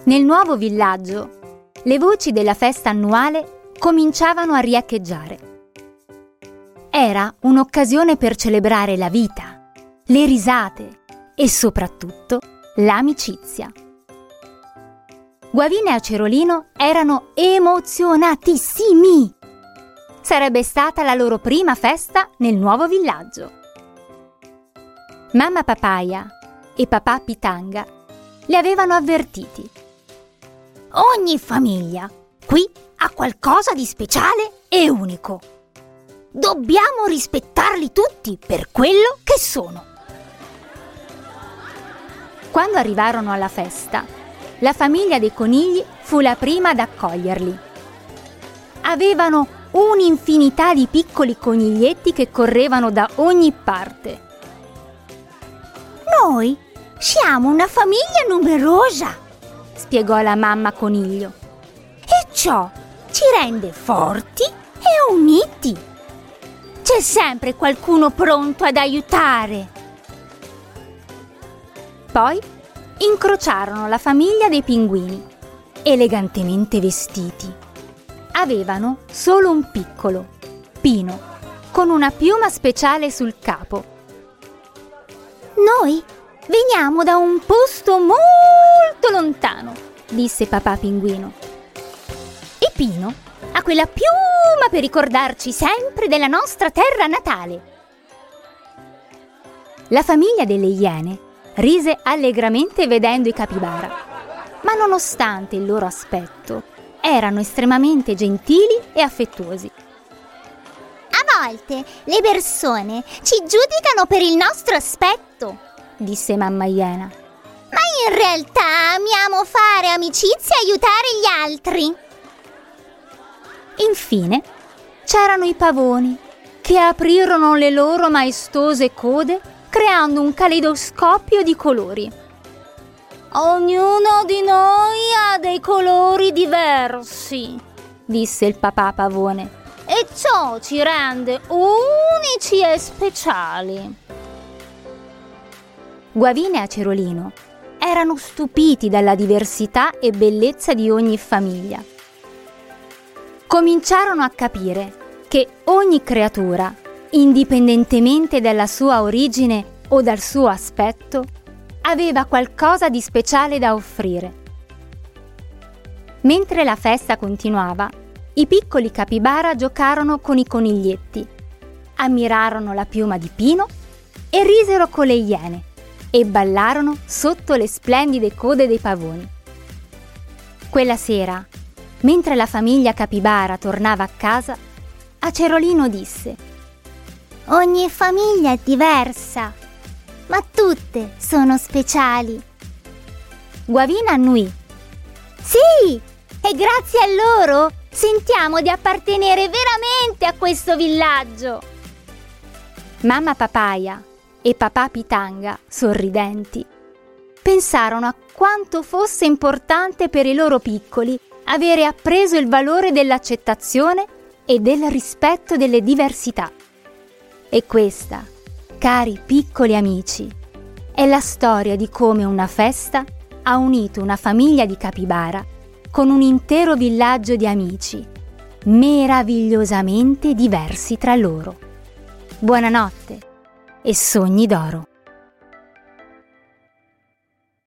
Nel nuovo villaggio, le voci della festa annuale cominciavano a riecheggiare. Era un'occasione per celebrare la vita, le risate e soprattutto l'amicizia. Guavina e Acerolino erano emozionatissimi. Sarebbe stata la loro prima festa nel nuovo villaggio. Mamma Papaya e papà Pitanga li avevano avvertiti. Ogni famiglia qui ha qualcosa di speciale e unico. Dobbiamo rispettarli tutti per quello che sono. Quando arrivarono alla festa, la famiglia dei conigli fu la prima ad accoglierli. Avevano un'infinità di piccoli coniglietti che correvano da ogni parte. Noi siamo una famiglia numerosa, spiegò la mamma coniglio, e ciò ci rende forti e uniti. C'è sempre qualcuno pronto ad aiutare. Poi incrociarono la famiglia dei pinguini, elegantemente vestiti. Avevano solo un piccolo, Pino, con una piuma speciale sul capo. Noi veniamo da un posto molto lontano, disse papà pinguino. E Pino ha quella piuma per ricordarci sempre della nostra terra natale. La famiglia delle iene rise allegramente vedendo i capibara, ma nonostante il loro aspetto, erano estremamente gentili e affettuosi. A volte le persone ci giudicano per il nostro aspetto, disse mamma iena. Ma in realtà amiamo fare amicizia e aiutare gli altri. Infine c'erano i pavoni, che aprirono le loro maestose code creando un caleidoscopio di colori. Ognuno di noi ha dei colori diversi, disse il papà pavone, e ciò ci rende unici e speciali. Guavina e Acerolino erano stupiti dalla diversità e bellezza di ogni famiglia. Cominciarono a capire che ogni creatura, indipendentemente dalla sua origine o dal suo aspetto, aveva qualcosa di speciale da offrire. Mentre la festa continuava, i piccoli capibara giocarono con i coniglietti, ammirarono la piuma di Pino e risero con le iene e ballarono sotto le splendide code dei pavoni. Quella sera, mentre la famiglia capibara tornava a casa, Acerolino disse: «Ogni famiglia è diversa, ma tutte sono speciali». Guavina annuì: «Sì, e grazie a loro sentiamo di appartenere veramente a questo villaggio». Mamma Papaya e papà Pitanga, sorridenti, pensarono a quanto fosse importante per i loro piccoli avere appreso il valore dell'accettazione e del rispetto delle diversità. E questa, cari piccoli amici, è la storia di come una festa ha unito una famiglia di capibara con un intero villaggio di amici, meravigliosamente diversi tra loro. Buonanotte e sogni d'oro.